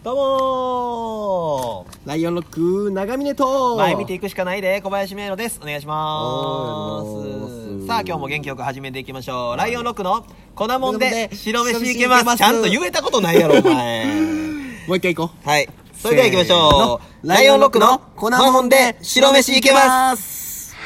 どうもライオンロック長峰と前見ていくしかないで小林明乃です。お願いしまお願いしますす。さあ今日も元気よく始めていきましょう。ライオンロックの粉もんで白飯いけます。ちゃんと言えたことないやろお前もう一回行こう。 はい、それでは行きましょう。ライオンロックの粉もんで白飯いけます。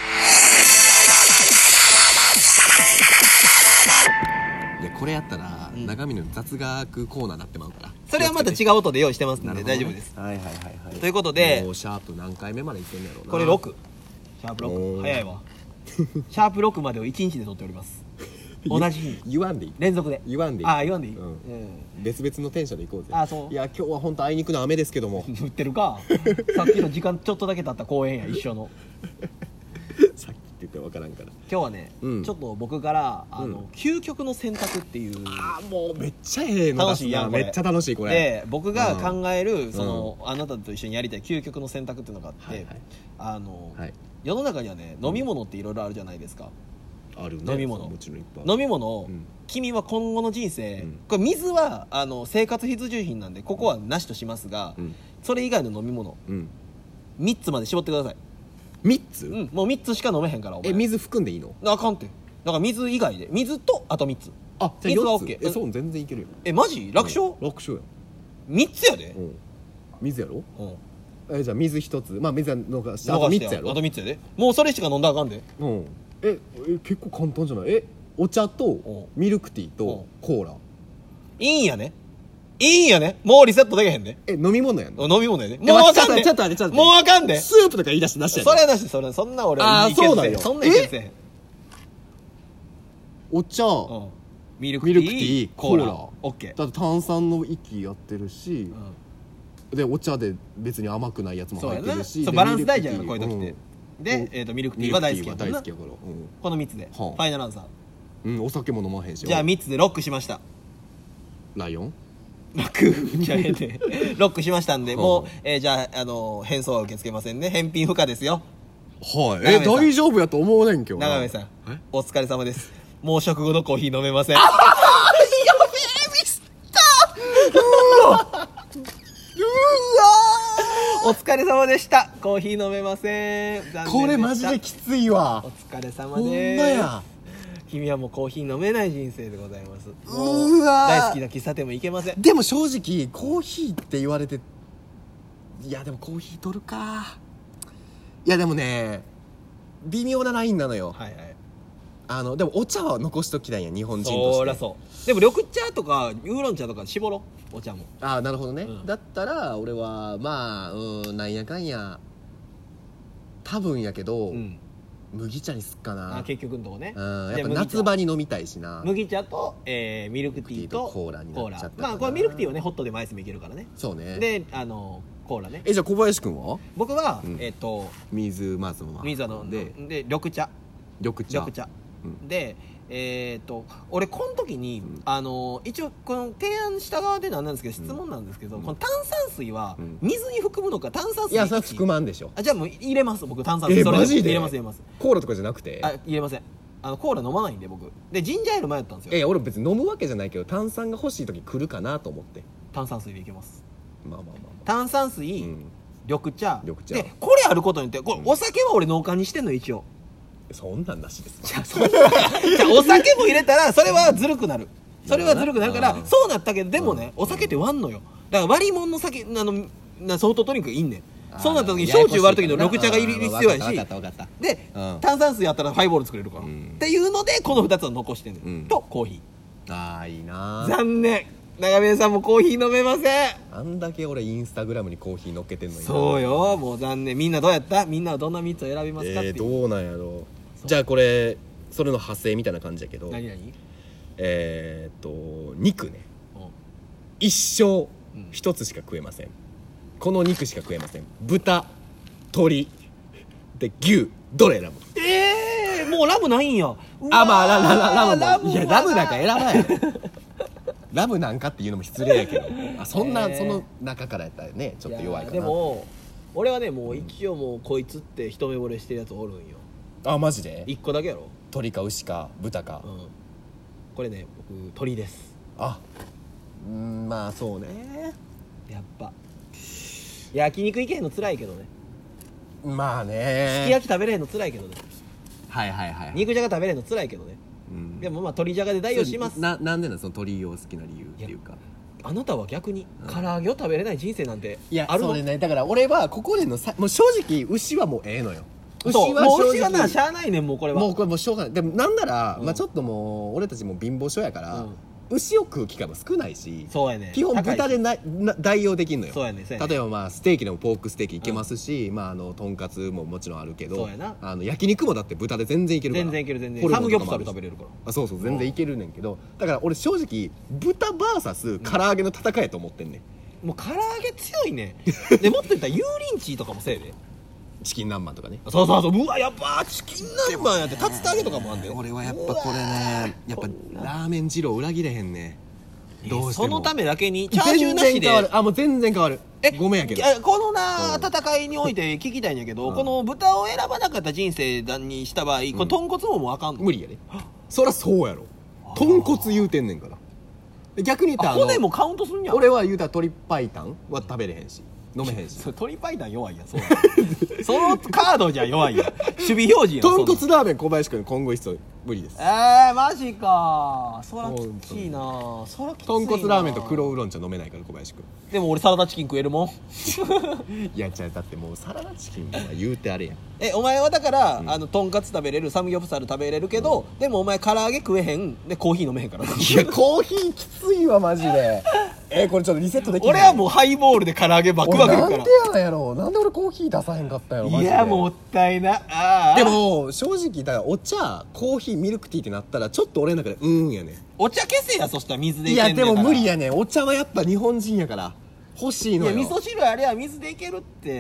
いやこれやったら長峰の雑学コーナーになってまうから、 それはまた違う音で用意してますので大丈夫です。 はいはいはいはい。 ということでもうシャープ何回目までいってんのやろうな。 これ6、シャープ6、 おー早いわシャープ6までを1日で撮っております。同じ日に言わんでいい、 連続で言わんでいい。 ああ言わんでいい、 うん別々のテンションで行こうぜ。 あそういや今日は本当あいにくの雨ですけども売ってるかさっきの時間ちょっとだけ経った公園や一緒のさっきって言って分からんから。 今日はね、 うんちょっと僕からうん究極の選択っていうあーもうめっちゃええの楽しいやんこれめっちゃ楽しいこれ。 で僕が考える、 んそのあなたと一緒にやりたい究極の選択っていうのがあって、 はいはいはい、 世の中にはね飲み物っていろいろあるじゃないですか。 あるね。 飲み物もちろんいっぱい。 飲み物を、 うん君は今後の人生、 うんこれ水は生活必需品なんでここはなしとしますが、 うんそれ以外の飲み物うん 3つまで絞ってください。 3つ、 うん、もう3つしか飲めへんからお前水含んでいいの？ あかんってだから水以外で水とあと3つあじゃあ水は 4つ OK そう全然いけるよ。 マジ楽勝、 楽勝や。 3つやで、 うん水やろ。 うん、 じゃあ水1つ、まあ水は逃してあと逃して 3つやろ。 あと3つやでもうそれしか飲んだらあかんで。 うん結構簡単じゃない？お茶とミルクティーとコーラ。 いいんやねもうリセットできへんで。 飲み物やんの？ 飲み物やで。もうあかんで。 ちょっと待ってもうあかんで。 スープとか言い出してなしやで。 それはなし、それそんな俺あーいけんせんそうなんよそんなんいけんせん。 お茶、 うんミルクミティールクティー、 コーラコーラ。 オッケー。 だって炭酸の域やってるし、でお茶で別に甘くないやつもそうやな。 入ってるし、 そうでバランス大事やからこうミルクいう時って。 ティーでミルクティミルクティーは大好きーはやもんな大好きやから、 この3つでフはあァイナルアンサー。 お酒も飲まへんし。 じゃあ3つでロックしました。 ライオンロックじゃあロックしましたんで、 はあもうじゃあ返送は受け付けませんね。返品不可ですよ。 はい長部さん大丈夫やと思うねんけどな。 長部さんお疲れ様です。もう食後のコーヒー飲めません。お疲れ様でした。コーヒー飲めません。残念でした。 これマジできついわ。 お疲れ様ほんまです。 や。 君はもうコーヒー飲めない人生でございます。 うもーわー大好きな喫茶店も行けません。 でも正直コーヒーって言われて、いやでもコーヒー取るか。いやでもね微妙なラインなのよ。 はいはい。 でもお茶は残しときたいんや日本人として。 そらそう。でも緑茶とかウーロン茶とか絞ろう。お茶も。 ああなるほどね、 うんだったら俺はまあなんやかんや多分やけど、 うん。 麦茶にすっかな。 結局のとこね。 やっぱじゃあ夏場に飲みたいしな。 麦茶とミルクティーとコーラになっちゃったかな。 まあこれミルクティーはねホットでもアイスもいけるからね。 そうね。 でコーラね。 じゃあ小林くんは僕はうん水まずは水で緑茶。 緑茶うんで俺この時に、一応この提案した側でなんですけど質問なんですけど、この炭酸水は水に含むのか炭酸水いやそれは含まんでしょ。 じゃあもう入れます僕炭酸水。それマジで入れますコーラとかじゃなくて。 入れません。コーラ飲まないんで僕でジンジャーエール迷ったんですよ。 俺別に飲むわけじゃないけど炭酸が欲しい時来るかなと思って。 炭酸水でいけます。 まあまあま炭酸水、 あ、 緑茶緑茶でこれあることによってこれお酒は俺農家にしてんの一応。 そんなんなしですじゃあお酒も入れたらそれはずるくなる。それはずるくなるからそうなったけどでもねお酒って割んのよ。だから割り物の酒ソフトドリンクがいいねん。そうなった時に焼酎割る時の緑茶がいる必要やし分かったでうん炭酸水やったらハイボール作れるからっんていうのでこの2つを残してんねうんんとコーヒああいいなー。残念長峰さんもコーヒー飲めません。 あんだけ俺インスタグラムにコーヒー乗っけてんのにな。 そうよもう残念。みんなどうやった？みんなはどんな3つを選びますかっていう。 どうなんやろう。じゃあこれそれの派生みたいな感じやけど、 何肉ね、一生一つしか食えません。この肉しか食えません。豚、鶏で牛、どれ選ぶ？ もうラムないんや。 まあラムラムもいやラムなんか選ばないよラムなんかっていうのも失礼やけど、その中からやったらねちょっと弱いかな。 でも俺はねもう一応もうこいつって一目惚れしてるやつおるんよ。 マジで？ 1個だけやろ。 鶏か牛か豚か。 これね僕鳥です。 まあそうね。 やっぱ焼肉行けへんの辛いけどね、 まあすきね焼き食べれへんの辛いけどね、 はいはいはい、 肉じゃが食べれへんの辛いけどね、 うんでもまあ鶏じゃがで代用します。 なんでなんその鳥を好きな理由っていうか。 あなたは逆に唐揚げを食べれない人生なんていやあるの？ それね、だから俺はここでのもう正直牛はもうええのよ。 そうもう正直牛はなしゃあないねん、もうこれはもうこれもうしょうがない。でもなんなら、 うんまあちょっともう俺たちも貧乏症やから、 うん牛を食う機会も少ないし、 そうやね、 基本豚で高いし代用できんのよ。 そうやねそうやね例えばまあステーキでもポークステーキいけますし、まあとんかつももちろんあるけど、 そうやな焼肉もだって豚で全然いけるから。 全然いける全然ホルサムギョプサモンとかもあるしル食べれるからあ、そうそう全然いけるねんけど、だから俺正直豚 VS 唐揚げの戦いやと思ってんねん。 もう唐揚げ強いねでもっと言ったら油淋鶏とかもせいでチキン南蛮とかね。 そうそうそう、うわやっぱチキン南蛮やって竜田揚げとかもあんだよ。 俺はやっぱこれね、やっぱラーメン二郎裏切れへんね。どうしてもそのためだけにチャーシューなしで全然変わる。もう全然変わる。ごめんやけど。 このな戦いにおいて聞きたいんやけど、この豚を選ばなかった人生にした場合、この豚骨ももうあかんの？ 無理やで。そりゃそうやろ。豚骨言うてんねんから。で逆に言ったら骨もカウントすんやん。 俺は言うたら鶏白湯は食べれへんし飲めへんし。 それ鶏白湯弱いやん、そうそのカードじゃ弱いやん、守備表示やん。 豚骨ラーメン小林君今後一層無理です。 マジか、そらきついな、そらきついな。 豚骨ラーメンと黒ウーロン茶飲めないから小林君。 でも俺サラダチキン食えるもんいやだってもうサラダチキンは言うてあれやん。 お前はだから、とんかつ食べれる、サムギョプサル食べれるけど、でもお前唐揚げ食えへんでコーヒー飲めへんからいやコーヒーきついわマジで。これちょっとリセットできない？ 俺はもうハイボールで唐揚げバクバクいくから。 なんでなんやろ、なんで俺コーヒー出さへんかったんやろマジで。 いやもったいな。 でも正直だからお茶コーヒーミルクティーってなったらちょっと俺の中でやね。 お茶消せや、そしたら水でいいけんねんから。 やでも無理やねん。お茶はやっぱ日本人やから欲しいのよ。 いや味噌汁あれは水でいけるって。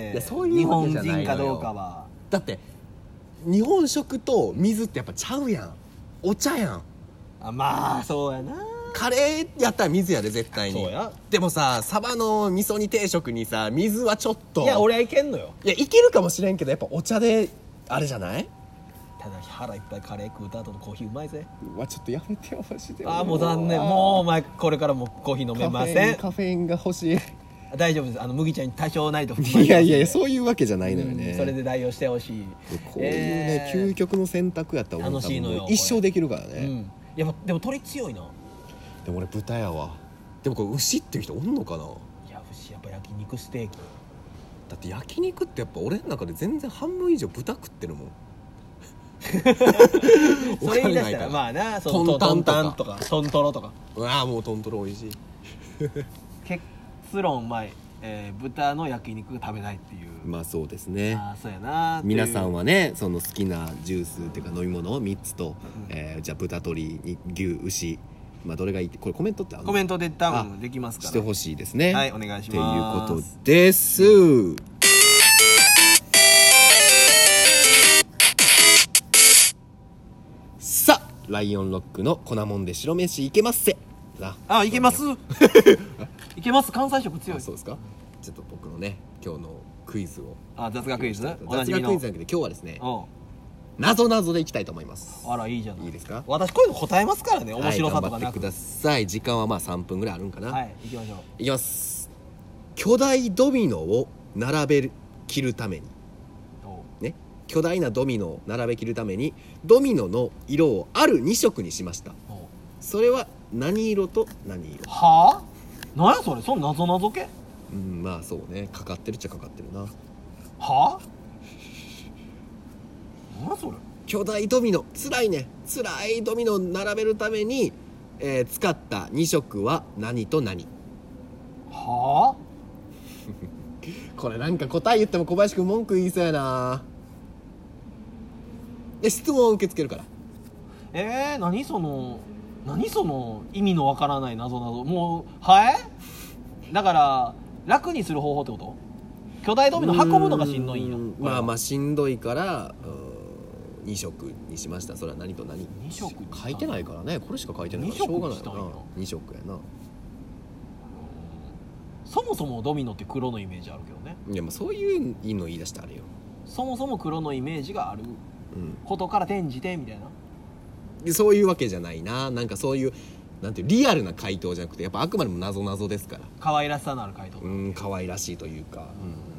いやそういうわけじゃないのよ。 日本人かどうかはだって日本食と水ってやっぱちゃうやん。お茶やん。 まあそうやな。 カレーやったら水やで絶対に。 そうや。 でもさサバの味噌煮定食にさ水はちょっと。 いや俺はいけんのよ。 いやいけるかもしれんけどやっぱお茶であれじゃない？ ただ腹いっぱいカレー食うた後のコーヒーうまいぜ。 うわちょっとやめてよマジで。 もう残念。もうお前これからもコーヒー飲めません。 カフェインが欲しい。 大丈夫です。麦茶に多少ないと含まれてます。 いやいやいやそういうわけじゃないのよね。 それで代用してほしい。 こういうね、究極の選択やったら楽しいのよ一生できるからね。 いやでも鳥強いな。 でも俺豚やわ。でもこれ牛っていう人おんのかな。 いや牛やっぱ焼肉ステーキだって焼肉ってやっぱ俺の中で全然半分以上豚食ってるもん。 それ言い出したらまあな、 トンタンとかトントロとか。 うわもうトントロ美味しい。 結論豚の焼肉が食べないっていう。 まあそうですね。 そうやな。 皆さんはねその好きなジュースっていうか飲み物を3つと、じゃあ豚鶏牛牛まあどれがいいってこれコメントってあるの？ コメントで多分できますからしてほしいですね。 はいお願いしますっていうことです。さあライオンロックの粉もんで白飯いけますせいけますいけます。関西色強い。 そうですか。ちょっと僕のね今日のクイズを雑学クイズ雑学クイズなんだけど今日はですねうんなぞなぞでいきたいと思います。 あらいいじゃない。 いいですか。 私こういうの答えますからね。面白さとかなく。 はい頑張ってください。時間はまあ3分ぐらいあるんかな。 はい行きましょう。 いきます。巨大ドミノを並べきるためにね、巨大なドミノを並べきるためにドミノの色をある2色にしました。それは何色と何色？ はあ？何やそれ。その謎謎系？ まあそうね、かかってるっちゃかかってるな。 はあ？何やそれ。 巨大ドミノ辛いドミノを並べるために、使った2色は何と何？ はあ？ これなんか答え言っても小林くん文句言いそうやな。で質問を受け付けるから。 何その意味のわからない謎謎。もうだから楽にする方法ってこと？巨大ドミノ運ぶのがしんどいんよ。 まあしんどいから2色にしました。それは何と何？ 2色書いてないからね。これしか書いてないからしょうがないよな。2色やな。 そもそもドミノって黒のイメージあるけどね。 いやまあそういうの言い出してあれよ。 そもそも黒のイメージがあることから転じてみたいな。 でそういうわけじゃないな。なんかそういうなんていうリアルな回答じゃなくてやっぱあくまでも謎謎ですから。 可愛らしさのある回答。 可愛らしいというか。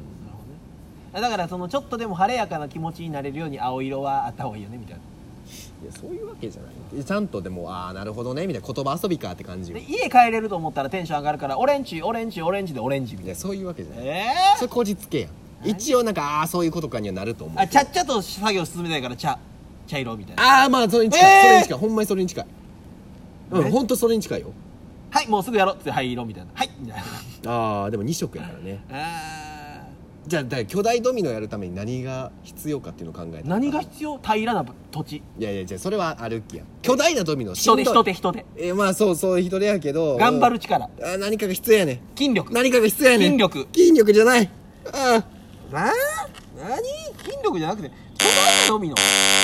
だからそのちょっとでも晴れやかな気持ちになれるように青色はあった方がいいよねみたいな。 いやそういうわけじゃない。ちゃんとでもなるほどねみたいな言葉遊びかって感じよ。 で家帰れると思ったらテンション上がるからオレンジオレンジオレンジでオレンジみたいな。 いやそういうわけじゃない。それこじつけやん。一応なんかそういうことかにはなると思う。 ちゃっちゃと作業進めたいから茶色みたいな。 まあそれに近い、それに近い、ほんまにそれに近い。ほんとそれに近いよ。 はいもうすぐやろうって灰色みたいなはいみたいな。 でも2色やからね。じゃあだから巨大ドミノやるために何が必要かっていうのを考えたら何が必要？平らな土地。 いやじゃあそれは歩きや。巨大なドミノ人手まあそう人手やけど頑張る力。 何かが必要やねん。 筋力。 何かが必要やねん。 筋力じゃない。 何筋力じゃなくて巨大なドミノ。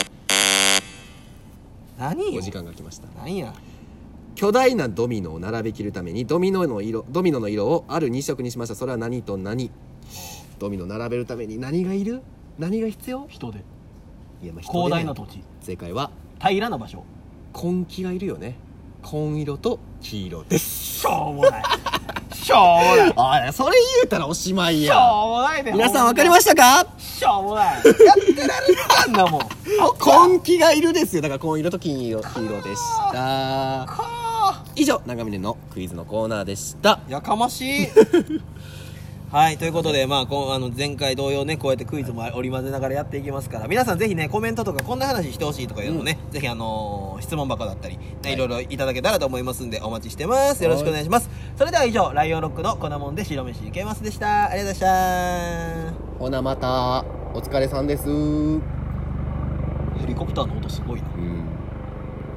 何よ。 お時間が来ました。 何や。 巨大なドミノを並べきるためにドミノの色をある2色にしました。それは何と何？ドミノ並べるために何がいる？何が必要？ 人手。 いや、まあ、 広大な土地。 正解は平らな場所。 紺黄がいるよね。紺色と黄色です。 しょうもないしょうもないそれ言うたらおしまいや。 しょうもないで。 皆さん分かりましたか？ しょうもないやってられるかんなもん。 紺黄がいるですよ。だから紺色と黄色でした以上長峰のクイズのコーナーでした。 やかましいはい、ということで、前回同様ね、こうやってクイズも織り交ぜながらやっていきますから、皆さんぜひね、コメントとかこんな話してほしいとかいうのもね、ぜひ質問箱だったり、いろいろいただけたらと思いますんで、お待ちしてます。よろしくお願いします。それでは以上、ライオンロックのこんなもんで白飯いけますでした。ありがとうございました。 ほなまた、お疲れさんです。 ヘリコプターの音すごいな。